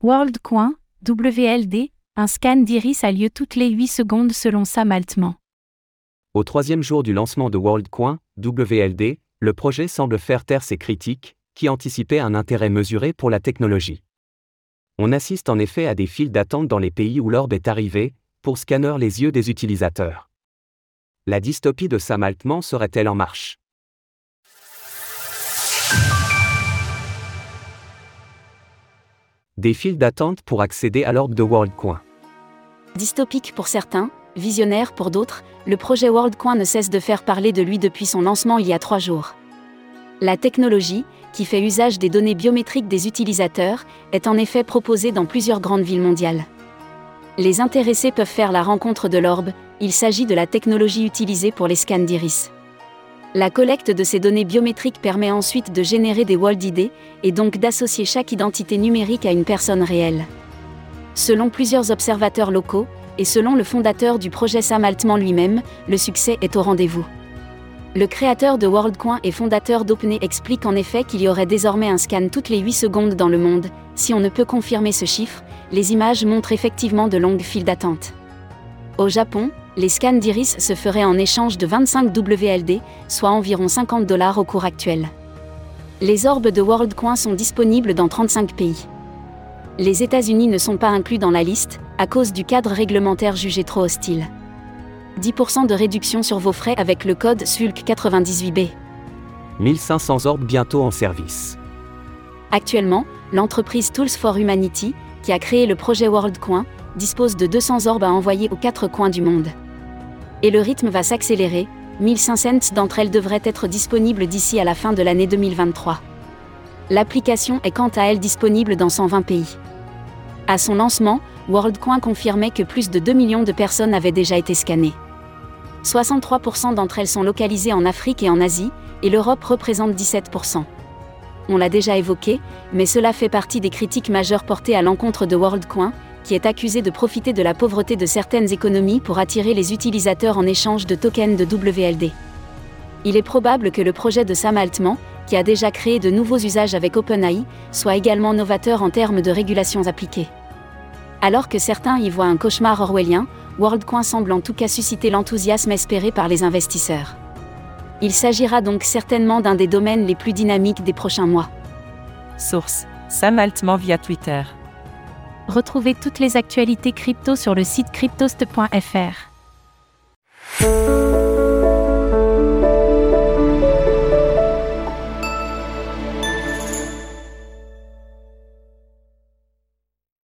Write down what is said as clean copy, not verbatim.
WorldCoin, WLD, un scan d'iris a lieu toutes les 8 secondes selon Sam Altman. Au troisième jour du lancement de WorldCoin, WLD, le projet semble faire taire ses critiques, qui anticipaient un intérêt mesuré pour la technologie. On assiste en effet à des files d'attente dans les pays où l'orbe est arrivé, pour scanner les yeux des utilisateurs. La dystopie de Sam Altman serait-elle en marche ? Des files d'attente pour accéder à l'orbe de WorldCoin. Dystopique pour certains, visionnaire pour d'autres, le projet WorldCoin ne cesse de faire parler de lui depuis son lancement il y a 3 jours. La technologie, qui fait usage des données biométriques des utilisateurs, est en effet proposée dans plusieurs grandes villes mondiales. Les intéressés peuvent faire la rencontre de l'orbe, il s'agit de la technologie utilisée pour les scans d'iris. La collecte de ces données biométriques permet ensuite de générer des World ID, et donc d'associer chaque identité numérique à une personne réelle. Selon plusieurs observateurs locaux, et selon le fondateur du projet Sam Altman lui-même, le succès est au rendez-vous. Le créateur de WorldCoin et fondateur d'OpenAI explique en effet qu'il y aurait désormais un scan toutes les 8 secondes dans le monde. Si on ne peut confirmer ce chiffre, les images montrent effectivement de longues files d'attente. Au Japon, les scans d'iris se feraient en échange de 25 WLD, soit environ $50 au cours actuel. Les orbes de WorldCoin sont disponibles dans 35 pays. Les États-Unis ne sont pas inclus dans la liste, à cause du cadre réglementaire jugé trop hostile. 10% de réduction sur vos frais avec le code SULC98B. 1500 orbes bientôt en service. Actuellement, l'entreprise Tools for Humanity, qui a créé le projet WorldCoin, dispose de 200 orbes à envoyer aux 4 coins du monde. Et le rythme va s'accélérer, 1500 d'entre elles devraient être disponibles d'ici à la fin de l'année 2023. L'application est quant à elle disponible dans 120 pays. À son lancement, WorldCoin confirmait que plus de 2 millions de personnes avaient déjà été scannées. 63% d'entre elles sont localisées en Afrique et en Asie, et l'Europe représente 17%. On l'a déjà évoqué, mais cela fait partie des critiques majeures portées à l'encontre de WorldCoin, qui est accusé de profiter de la pauvreté de certaines économies pour attirer les utilisateurs en échange de tokens de WLD. Il est probable que le projet de Sam Altman, qui a déjà créé de nouveaux usages avec OpenAI, soit également novateur en termes de régulations appliquées. Alors que certains y voient un cauchemar orwellien, WorldCoin semble en tout cas susciter l'enthousiasme espéré par les investisseurs. Il s'agira donc certainement d'un des domaines les plus dynamiques des prochains mois. Source: Sam Altman via Twitter. Retrouvez toutes les actualités crypto sur le site cryptost.fr.